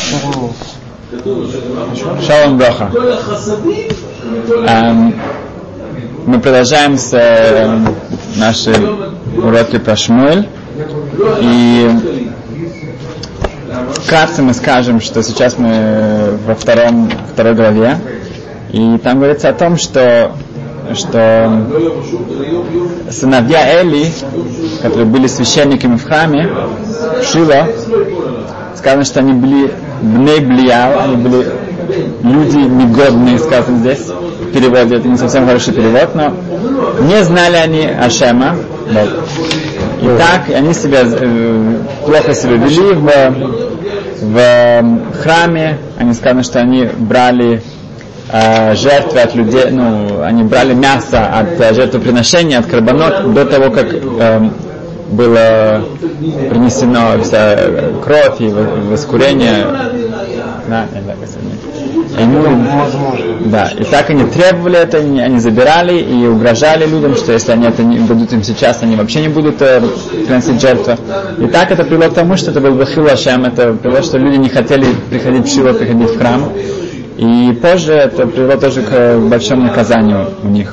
Шалом браха. Мы продолжаем с наши уроки про Шмуэль. И вкратце мы скажем, что сейчас мы во второй главе. И там говорится о том, что сыновья Эли, которые были священниками в храме, в Шило, сказано, что они были бней Блиял, они были люди негодные, сказано здесь. В переводе это не совсем хороший перевод, но не знали они Ашема. И так они плохо себя вели в храме. Они сказано, что они брали жертвы от людей, они брали мясо от жертвоприношения, от карбонот, до того, как было принесено вся кровь и воскурение. И так они требовали это, они забирали и угрожали людям, что если они это не дадут им сейчас, они вообще не будут приносить жертву. И так это привело к тому, что это был Бахил Ашем, это привело, что люди не хотели приходить в Шило, приходить в храм. И позже это привело тоже к большому наказанию у них.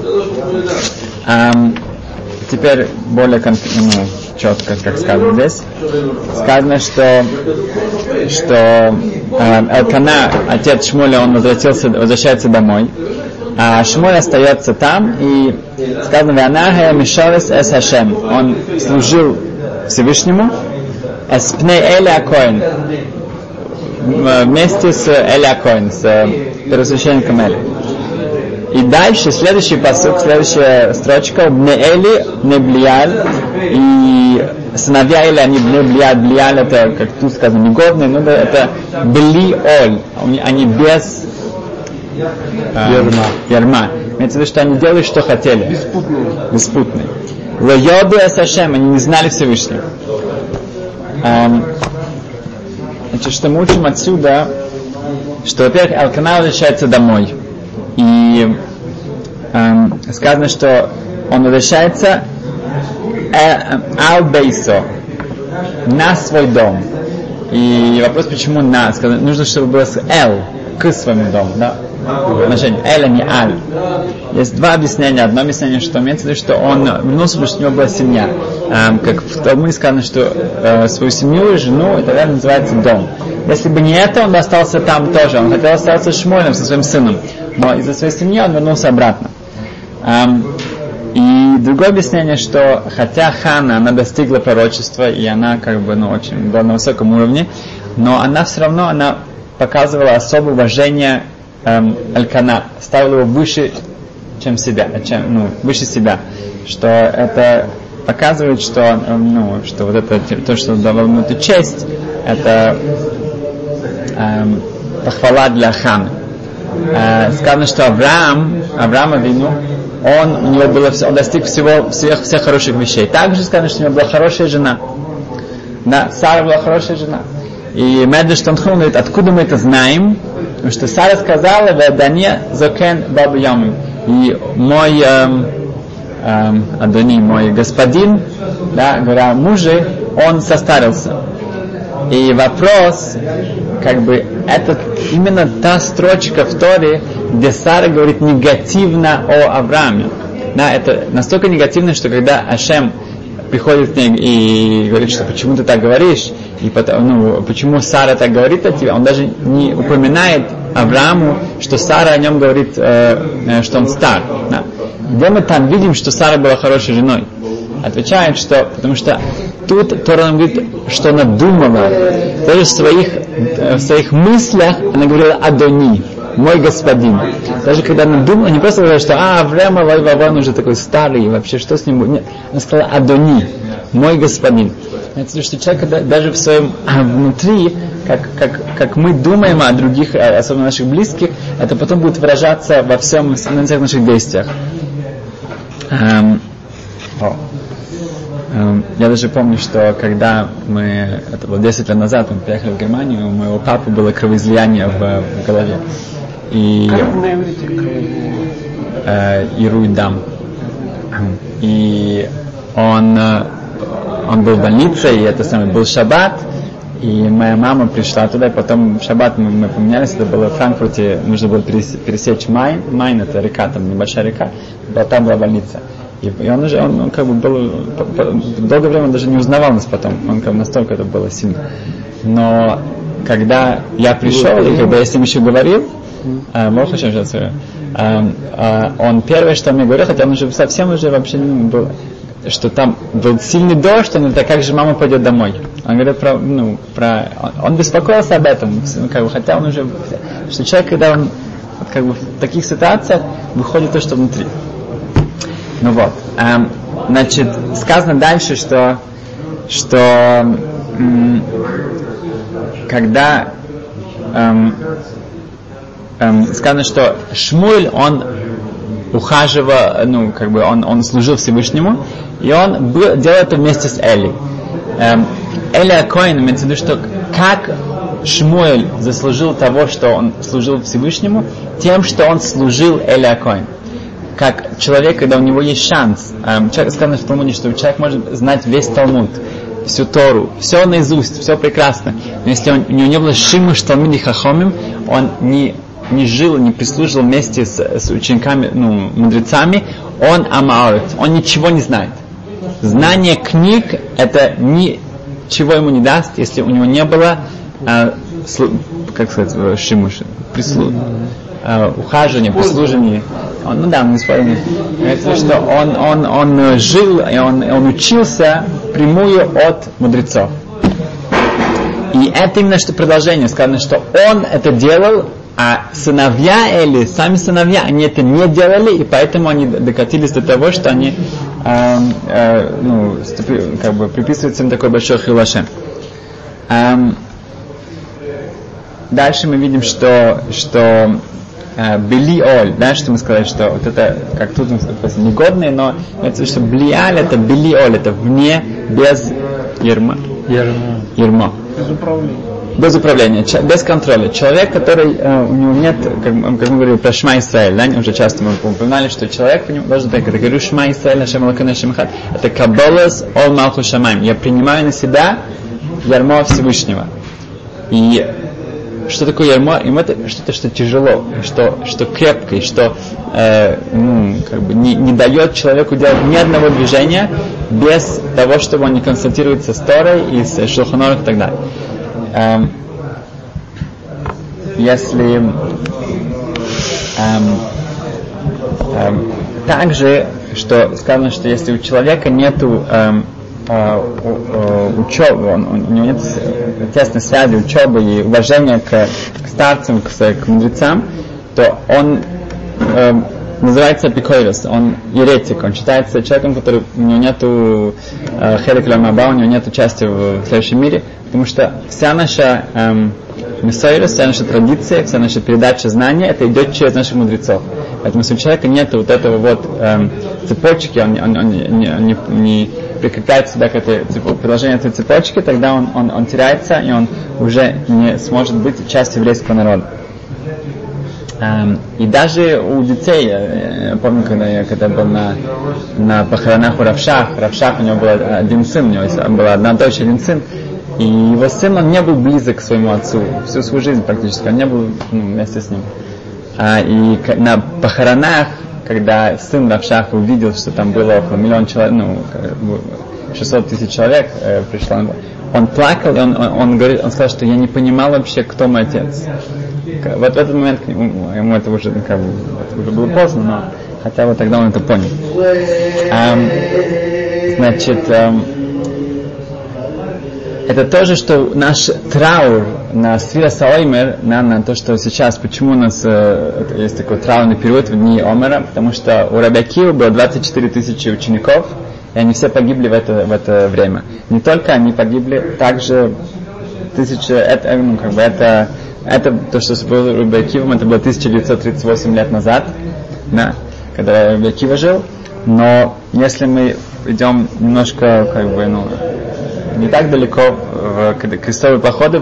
Теперь более четко, как сказано здесь. Сказано, что Элкана, отец Шмуэля, он возвращается домой, а Шмуэль остается там, и сказано, он служил Всевышнему, эспней Эли Акоин, вместе с Эли Акоин, с первосвященником Эли. И дальше, следующий пасук, следующая строчка, бне Эли, бне Блиаль, и сыновья Эли, они бне Блиаль, Блиаль, это, как тут сказано, негодные, но это Бли Оль, они без ярма. Имеется в виду, что они делали, что хотели. Беспутные. Лойоду эсашем, они не знали Всевышнего. Значит, что мы учим отсюда, что, во-первых, Элкана возвращается домой. И сказано, что он возвращается ал-бейсо, на свой дом. И вопрос, почему на? Сказано, нужно, чтобы было с эл, к своему дому, да? Отношение эль, а не аль. Есть два объяснения. Одно объяснение, что имеется в виду, что он вернулся, потому что у него была семья. Как в Талмуде сказано, что свою семью, жену, это, наверное, называется дом. Если бы не это, он бы остался там тоже. Он хотел остаться с Шмуэлем, со своим сыном. Но из-за своей семьи он вернулся обратно. И другое объяснение, что хотя Хана, она достигла пророчества, и она очень была на высоком уровне, но она все равно, она показывала особое уважение Элкана, ставила его выше, чем себя, выше себя. Что это показывает, что вот это, то, что дало ему эту честь, это похвала для Ханы. Сказано, что Авраам Авину, он достиг всех хороших вещей. Также сказано, что у него была хорошая жена. Да, Сара была хорошая жена. И Медреш Танхун говорит, откуда мы это знаем? Потому что Сара сказала, «Вадане зокен бабу ямим». И мой Адони, мой господин, да, говоря о муже, он состарился. И вопрос, это именно та строчка в Торе, где Сара говорит негативно о Аврааме. Да, это настолько негативно, что когда Ашем приходит к ней и говорит, что почему ты так говоришь, и почему Сара так говорит о тебе, он даже не упоминает Аврааму, что Сара о нем говорит, что он стар. Да. Где мы там видим, что Сара была хорошей женой? Отвечает, что потому что тут Тора нам говорит, что она думала, даже в своих мыслях она говорила Адони, мой господин. Даже когда она думала, не просто говорила, что Авраам он уже такой старый, вообще что с ним будет? Нет, она сказала Адони, мой господин. Это что человек даже в своем внутри, как мы думаем о других, особенно наших близких, это потом будет выражаться во всех наших действиях. Я даже помню, что когда это было 10 лет назад, мы приехали в Германию, у моего папы было кровоизлияние в голове. И Ируидам. И он был в больнице, и это самое был шаббат, И моя мама пришла туда, и потом в шаббат мы поменялись, это было в Франкфурте, нужно было пересечь Майн, это река, там небольшая река, там была больница. И он как бы был, долгое время он даже не узнавал нас потом, он как бы настолько это было сильно. Но когда я пришел, и когда я с ним еще говорил, он первое, что мне говорил, хотя он уже совсем уже вообще не был, что там был сильный дождь, он говорит, а как же мама пойдет домой? Он говорит он беспокоился об этом, как бы, хотя он уже, что человек, когда он как бы в таких ситуациях выходит то, что внутри. Ну вот, значит, сказано дальше, что когда сказано, что Шмуэль, он ухаживал, он служил Всевышнему, и он делал это вместе с Эли. Эли а-Коэн, имеется в виду, что как Шмуэль заслужил того, что он служил Всевышнему, тем, что он служил Эли а-Коэн. Как человек, когда у него есть шанс, сказано в Талмуде, что человек может знать весь Талмуд, всю Тору, все наизусть, все прекрасно, но если у него не было Шимуш Талмиди Хахомим, он не жил, не прислужил вместе с учениками, мудрецами, он амаорет, он ничего не знает. Знание книг, это ничего ему не даст, если у него не было, шимуш, ухаживания, прислуживания. Не спорим. Это что он жил, и он учился прямую от мудрецов. И это именно что продолжение. Сказано, что он это делал, а сыновья Эли, сами сыновья, они это не делали, и поэтому они докатились до того, что они приписывается им такой большой хилул Ашем. Дальше мы видим, что Белиоль, да, что мы сказали, что вот это, как тут написано, негодные, но это что Блиаль, это Белиоль, это вне, без ерма. Без управления, без контроля. Человек, который у него нет, как мы говорили про Шма Исраэль, да, уже часто мы упоминали, что человек должен так, когда говорю Шма Исраэль, Ашем Элокейну Ашем Эхад, это Каболас Ол Малху Шамаим. Я принимаю на себя ярмо Всевышнего. И что такое ярмо? Им это что-то, что тяжело, что крепкое, что не дает человеку делать ни одного движения без того, чтобы он не консультируется с Торой и с Шулхан Арух и так далее. Если также, что сказано, что если у человека нету учебы, у него нет тесной связи, учебы и уважения к старцам, к мудрецам, то он называется апикойрос, он еретик, он считается человеком, который у него нету хелек ламаба, у него нет участия в следующем мире, потому что вся наша месойрос, вся наша традиция, вся наша передача знания, это идет через наших мудрецов. Поэтому если у человека нет вот этого вот цепочки, он не прикрепляет себя к этой продолжению этой цепочки, тогда он теряется, и он уже не сможет быть частью еврейского народа. И даже у детей, я помню, когда был на похоронах у Равшах, у него был один сын, у него была одна дочь, один сын, и его сын, он не был близок к своему отцу всю свою жизнь практически, он не был вместе с ним. И на похоронах, когда сын Равшаха увидел, что там было около 1 миллиона человек, 600 тысяч человек пришло, он плакал, и он сказал, что я не понимал вообще, кто мой отец. Вот в этот момент ему это уже, это уже было поздно, но хотя бы тогда он это понял. Это тоже, что наш траур на Сфирас ха-Оймер, на то, что сейчас, почему у нас есть такой траурный период в дни Омера, потому что у Раби Акивы было 24 тысячи учеников, и они все погибли в это время. Не только они погибли, также тысячи, это то, что было у Раби Акивы, это было 1938 лет назад, да, когда Раби Акива жил, но если мы идем немножко, не так далеко в крестовые походы,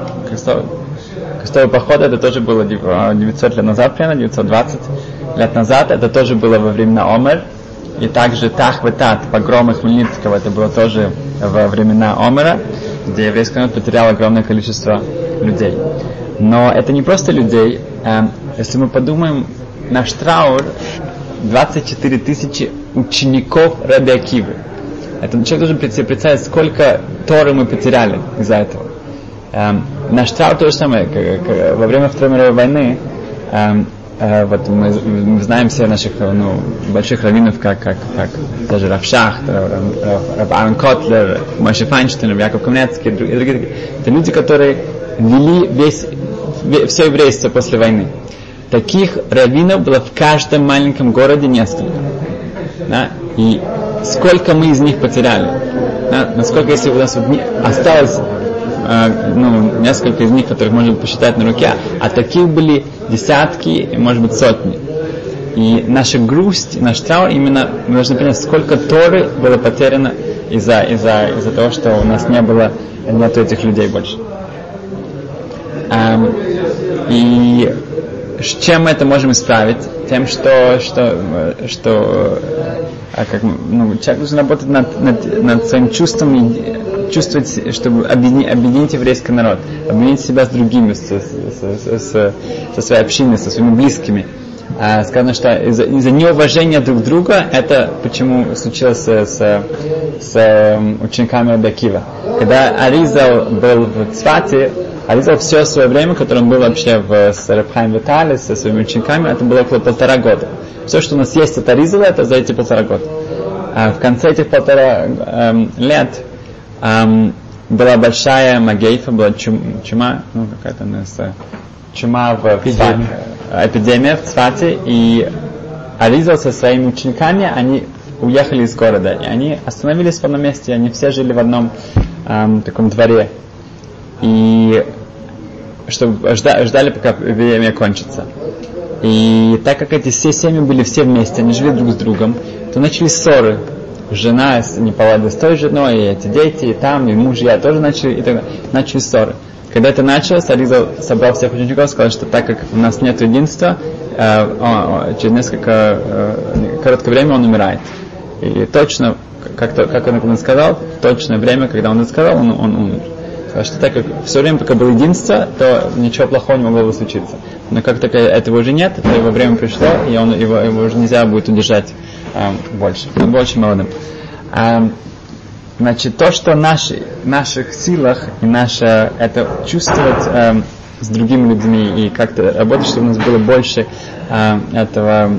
это тоже было 900 лет назад, примерно, 920 лет назад, это тоже было во времена Омер, и также Тах-Ветат, погромы Хмельницкого, это было тоже во времена Омера, где еврейский народ потерял огромное количество людей. Но это не просто людей. Если мы подумаем, наш траур 24 тысячи учеников Раби Акивы. Это человек должен себе представить, сколько Торы мы потеряли из-за этого. Наш траур то же самое. Во время Второй мировой войны вот мы знаем все наших больших раввинов, как даже Рав Шахт, Рав Аарон Котлер, Моше Файнштейн, Яков Каменецкий и другие. Это люди, которые вели все еврейство после войны. Таких раввинов было в каждом маленьком городе несколько. Да? И сколько мы из них потеряли? Да? Насколько, если у нас осталось несколько из них, которых можно посчитать на руке, а таких были десятки, может быть, сотни. И наша грусть, наш траур, именно мы должны понять, сколько Торы было потеряно из-за того, что у нас нету этих людей больше. И чем мы это можем исправить? Тем, что человек должен работать над своим чувством, чувствовать, чтобы объединить еврейский народ, объединить себя с другими, со своей общиной, со своими близкими. Сказано, что из-за неуважения друг друга, это почему случилось с учениками Раби Акива. Когда Аризал был в Цфате, Аризал все свое время, которое он был вообще с Рав Хаим Витале, со своими учениками, это было около 1,5 года. Все, что у нас есть от Аризала, это за эти 1,5 года. А в конце этих 1,5 лет была большая магейфа, была чума, какая-то у нас чума эпидемия в Цфате, и Аризал со своими учениками, они уехали из города, и они остановились в одном месте, они все жили в одном таком дворе, и чтобы ждали, пока эпидемия кончится. И так как эти все семьи были все вместе, они жили друг с другом, то начались ссоры. Жена не поладила с той женой, и эти дети, и там, и мужья тоже начали ссоры. Когда это началось, Аризал собрал всех учеников и сказал, что так как у нас нет единства, через несколько короткое время он умирает. И точно, как он сказал, точное время, когда он это сказал, он умер. Сказал, что так как все время, пока было единство, то ничего плохого не могло бы случиться. Но как только этого уже нет, то его время пришло, и его уже нельзя будет удержать больше. Он был очень молодым. Значит, то, что в наших силах и это чувствовать с другими людьми и как-то работать, чтобы у нас было больше этого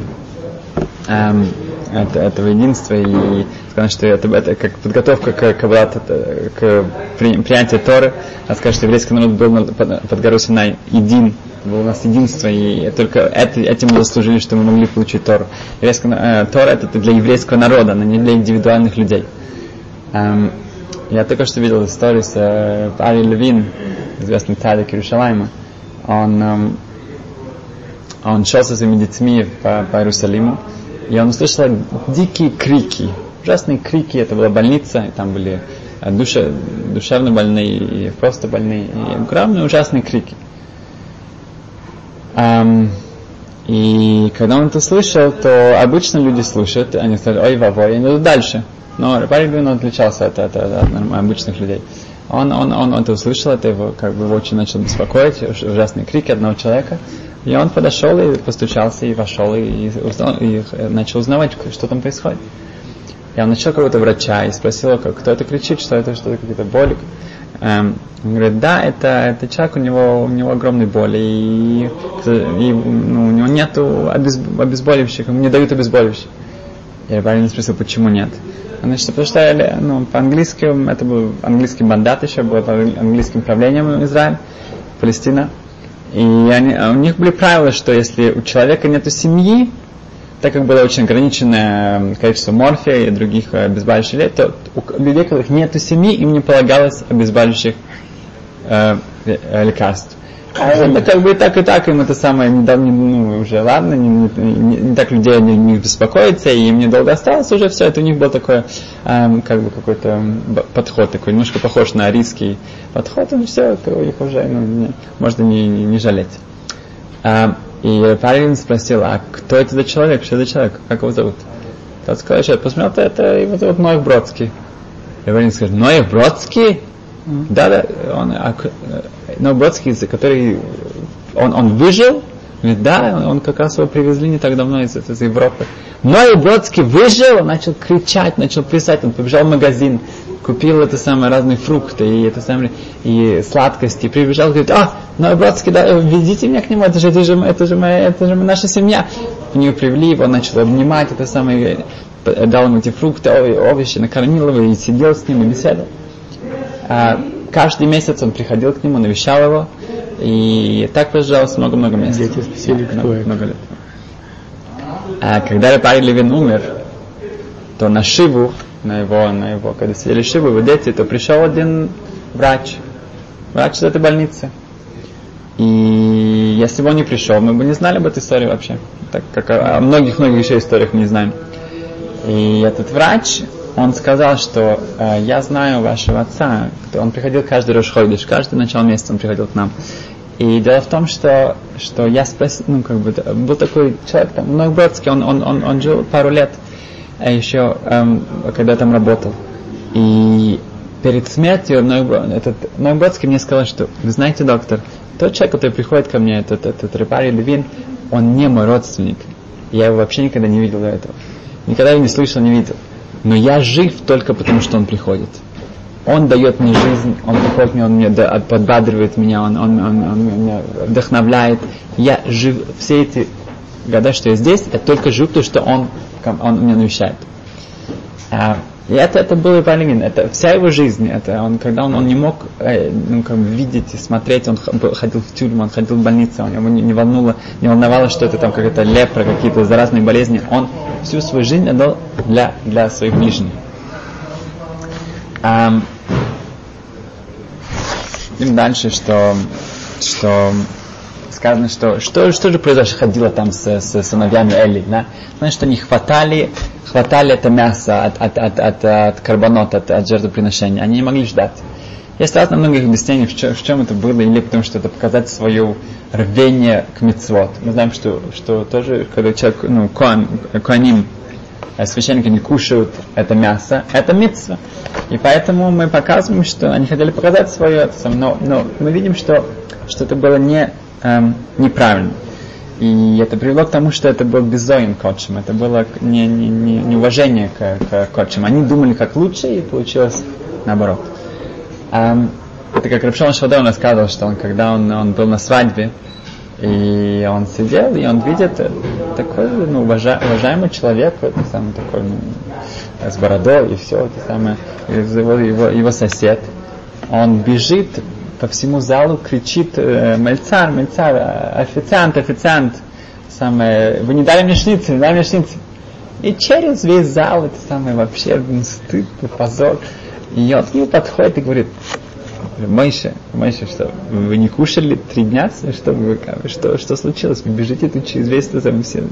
единства, и сказать, что это как подготовка к принятию Торы. А скажет, что еврейский народ был под горой Синай един, было у нас единство, и только этим мы заслужили, что мы могли получить Тору. Тора это для еврейского народа, но не для индивидуальных людей. Я только что видел историю с Ари Левин, известный цадик Иерушалайма. Он шел со своими детьми по Иерусалиму, и он услышал дикие крики, ужасные крики. Это была больница, и там были душевно больные и просто больные, и огромные ужасные крики. И когда он это слышал, то обычно люди слушают, они сказали, ой, вовой, они идут дальше. Но Ари Левин отличался от обычных людей. Он это услышал, это его очень начал беспокоить, ужасные крики одного человека. И он подошел и постучался, и вошел, и начал узнавать, что там происходит. И он нашел какого-то врача и спросил, кто это кричит, что это какие-то боли. Он говорит, да, это человек, у него огромные боли, и у него нету обезболивающих, ему не дают обезболивающих. И Рабарин спросил, почему нет. Значит, потому что по-английски, это был английский мандат еще, было по английским правлением Израиль, Палестина. И у них были правила, что если у человека нет семьи, так как было очень ограниченное количество морфия и других обезболивающих, то у людей, у которых нет семьи, им не полагалось обезболивающих лекарств. Это так и так, им это самое уже ладно, не так людей о них беспокоиться, и им недолго осталось уже все, это у них был такой какой-то подход, такой немножко похож на арийский подход, и все, это их уже можно не жалеть. И парень спросил, а кто это за человек, что за человек, как его зовут? Тот сказал, что я посмотрел, это его зовут Ноев Бродский. И парень сказал, Ноев Бродский? Да, Новобродский, который он выжил, говорит, да, он как раз его привезли не так давно из Европы. Новобродский выжил, он начал кричать, начал плясать, он побежал в магазин, купил разные фрукты и сладкости, прибежал, говорит, Новобродский, да, ведите меня к нему, это же наша семья. В нее привели, он начал обнимать, дал ему эти фрукты, овощи, накормил его и сидел с ним и беседовал. Каждый месяц он приходил к нему, навещал его, и так продолжалось много-много месяцев. Дети спросили, кто это? Много лет. Когда Рeb Арье Левин умер, то на Шиву, когда сидели Шиву, его дети, то пришел один врач из этой больницы. И если бы он не пришел, мы бы не знали об этой истории вообще. Так как о многих-многих еще историях мы не знаем. И этот врач, он сказал, что я знаю вашего отца. Он приходил каждый Рош Ходеш, каждый начало месяца он приходил к нам. И дело в том, что я спросил, был такой человек, Новобродский, он жил пару лет еще, когда там работал. И перед смертью этот Новобродский мне сказал, что, вы знаете, доктор, тот человек, который приходит ко мне, этот Рeb Арье Левин, он не мой родственник. Я его вообще никогда не видел до этого. Никогда его не слышал, не видел. Но я жив только потому, что он приходит. Он дает мне жизнь, он приходит мне, он меня подбадривает меня, он меня вдохновляет. Я жив все эти года, что я здесь, я только жив, потому что он меня навещает. И это было и Левин, это вся его жизнь. Когда он не мог видеть и смотреть, он ходил в тюрьму, он ходил в больницу, его не волновало, что это там какая-то лепра, какие-то заразные болезни. Он всю свою жизнь отдал для своих ближних. Идем дальше, что сказано, что же произошло, ходило там с сыновьями Эли, да? Знаешь, что они хватали это мясо от карбонот, от жертвоприношения. Они не могли ждать. Есть разные многих объяснений, в чем это было, или потому что это показать свое рвение к мицвот. Мы знаем, что тоже, когда человек, коаним, священники не кушают это мясо, это мицва. И поэтому мы показываем, что они хотели показать свое, но мы видим, что это было неправильно. И это привело к тому, что это был безоин кодшим, это было неуважение к кодшим. Они думали, как лучше, и получилось наоборот. Это как Рeb Шимон Швадон рассказывал, что когда он был на свадьбе, и он сидел, и он видит такой уважаемый человек, такой с бородой, и все, его сосед. Он бежит по всему залу, кричит: мальцар, официант, вы не дали мне шницель, И через весь зал вообще стыд, позор. И он к нему подходит и говорит: Мойше, что, вы не кушали 3 дня? Что случилось? Вы бежите тут через весь все.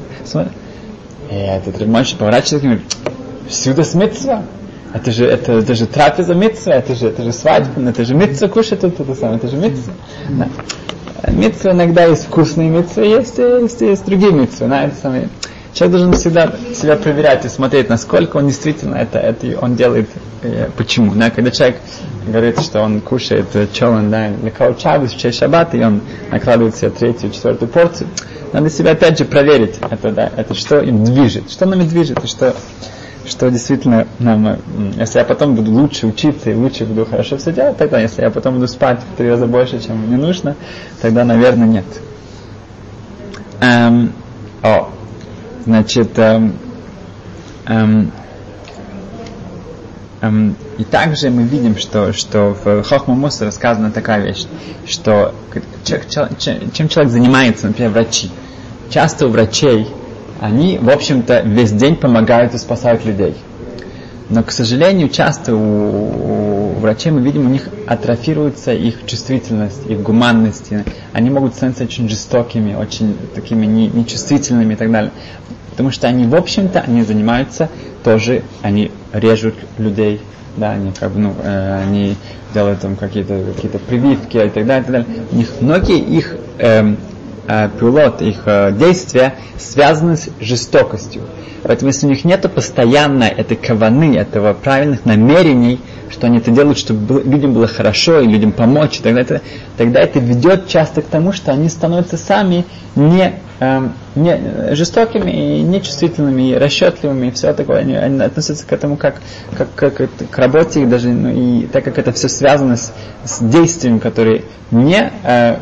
И этот Мойше поворачивается и говорит: всюду с митцва. Это же трапеза митцва, это же свадьба, это же митцва кушать тут, это же митцва. Да. Митцва иногда есть вкусные митцвы, есть другие митцвы. Человек должен всегда себя проверять и смотреть, насколько он действительно это он делает, почему. Да? Когда человек говорит, что он кушает челен, лекаут шаббат, в честь шаббата, и он накладывает себе 3-ю, 4-ю порцию, надо себя опять же проверить, это что им движет, что нами движет, и что действительно нам, если я потом буду лучше учиться и лучше буду хорошо все делать, тогда, если я потом буду спать в 3 раза больше, чем мне нужно, тогда, наверное, нет. Значит, и также мы видим, что в Хохма Мусар сказана такая вещь, что чем человек занимается, например, врачи. Часто у врачей они, в общем-то, весь день помогают и спасают людей. Но, к сожалению, часто у врачей мы видим, у них атрофируется их чувствительность, их гуманность. Они могут становиться очень жестокими, очень такими нечувствительными и так далее. Потому что они, в общем-то, они занимаются тоже, они режут людей, да, они делают там какие-то прививки и так далее, и так далее. У них многие их пилот, их действия связаны с жестокостью. Поэтому если у них нет постоянно этой каваны, этого правильных намерений, что они это делают, чтобы людям было хорошо и людям помочь, тогда это ведет часто к тому, что они становятся сами не жестокими, и нечувствительными, и расчетливыми, и все такое. Они относятся к этому как к работе, и даже и так как это все связано с действиями, которые не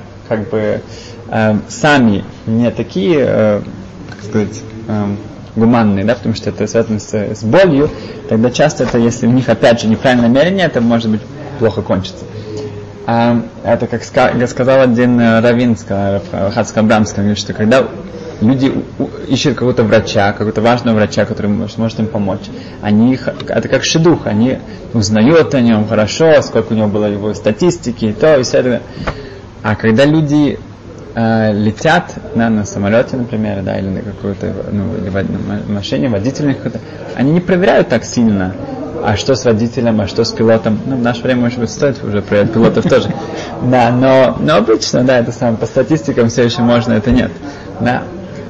сами не такие, гуманные, да, потому что это связано с болью, тогда часто это, если у них опять же неправильное намерение, это может быть плохо кончится. Это как сказал один раввин, Хацкал Брамский, говорит, что когда люди ищут какого-то врача, какого-то важного врача, который может им помочь, это как шедух, они узнают о нем хорошо, сколько у него было его статистики, и то, и все это. А когда люди летят на самолете, например, да, или на какой-то на машине, водитель какой-то, они не проверяют так сильно, а что с водителем, а что с пилотом. В наше время, может быть, стоит уже проверять пилотов тоже. Да, но обычно, да, это самое, по статистикам все еще можно, это нет. Да.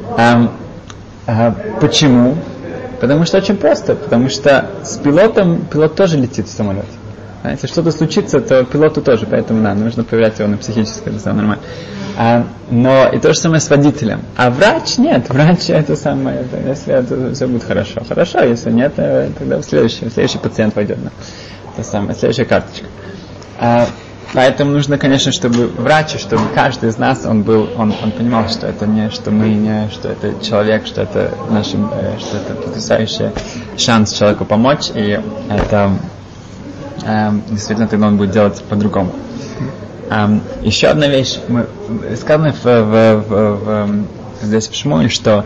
Почему? Потому что очень просто, потому что с пилотом, пилот тоже летит в самолете. Если что-то случится, то пилоту тоже, поэтому нужно проверять его на психическое, это самое нормально. Но и то же самое с водителем. А врач нет, врач это самое, если это все будет хорошо. Хорошо, если нет, тогда следующий пациент войдет на это самое, следующая карточка. Поэтому нужно, конечно, чтобы врач, чтобы каждый из нас, он понимал, что это не, что мы не, что это человек, что это что это потрясающий шанс человеку помочь, и это действительно тогда он будет делать по-другому. Еще одна вещь, сказано здесь в Шмуэле, что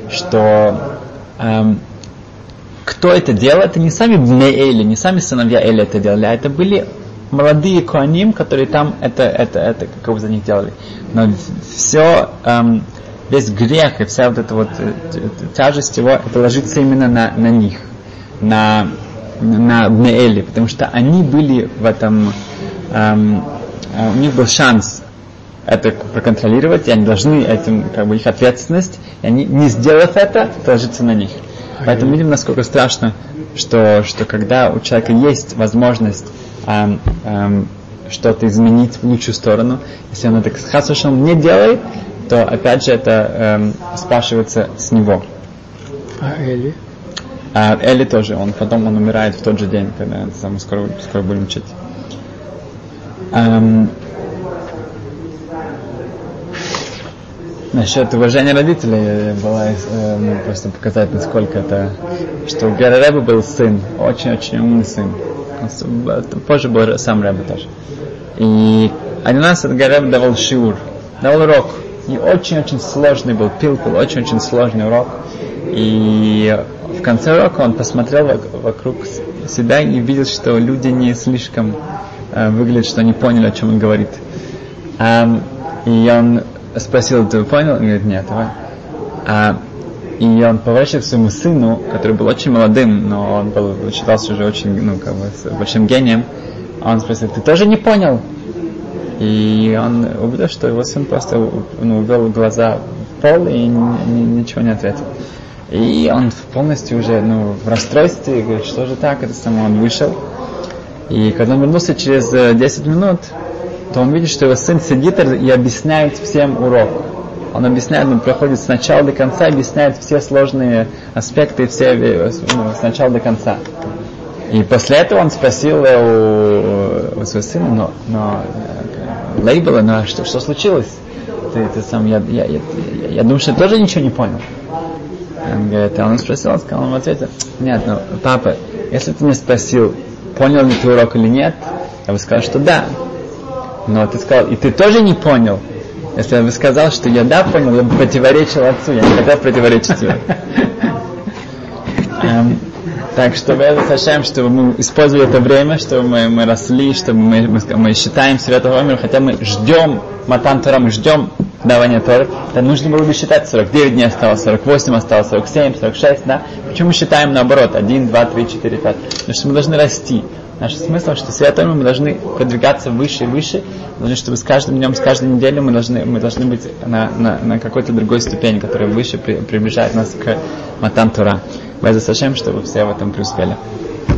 кто это делал, это не сами бней Эли, не сами сыновья Эли это делали, а это были молодые коаним, которые там это как бы за них делали. Но все, весь грех и вся вот эта вот тяжесть его, это ложится именно на них, на бней Эли, потому что они были в этом, у них был шанс это проконтролировать, и они должны этим, как бы их ответственность, и они, не сделав это ложится на них. Поэтому видим, насколько страшно, что когда у человека есть возможность что-то изменить в лучшую сторону, если он это хасушем не делает, то опять же это спрашивается с него. А Эли? Эли тоже, потом он умирает в тот же день, когда мы скоро будем учить. Насчет уважения родителей была просто показать, насколько это, что у Гера Ребе был сын, очень-очень умный сын. Позже был сам Ребе тоже. И один раз Гера Ребе давал шиур, давал урок. И очень-очень сложный был пилкул, очень-очень сложный урок. И в конце урока он посмотрел вокруг себя и видел, что люди не слишком выглядят, что они поняли, о чем он говорит. И он спросил, ты понял? Он говорит, нет, давай. И он поворачивается к своему сыну, который был очень молодым, но он считался уже очень, с большим гением. Он спросил, ты тоже не понял? И он увидел, что его сын просто увел глаза в пол и ничего не ответил. И он полностью уже в расстройстве, говорит, что же так, это само, он вышел. И когда он вернулся через 10 минут, то он видит, что его сын сидит и объясняет всем урок. Он объясняет, он проходит с начала до конца, объясняет все сложные аспекты, все с начала до конца. И после этого он спросил у своего сына, Лейбела, что случилось? Ты сам, я думаю, что ты тоже ничего не понял. Он говорит, он спросил, он сказал, он ответил, нет, папа, если ты меня спросил, понял ли ты урок или нет, я бы сказал, что да. Но ты сказал, и ты тоже не понял. Если я бы сказал, что я да понял, я бы противоречил отцу, я не хотел противоречить ему. Так, чтобы это означаем, чтобы мы использовали это время, чтобы мы росли, чтобы мы считаем Святого Омера, хотя мы ждем Матан Тора, мы ждем давания Торы, то нужно было бы считать 49 дней осталось, 48 осталось, 47, 46, да? Почему мы считаем наоборот, 1, 2, 3, 4, 5? Потому что мы должны расти. Наш смысл, что святым мы должны продвигаться выше и выше, чтобы с каждым днем, с каждой неделей мы должны быть на какой-то другой ступени, которая выше приближает нас к Матан Тора. Безас Ашем, чтобы все в этом преуспели.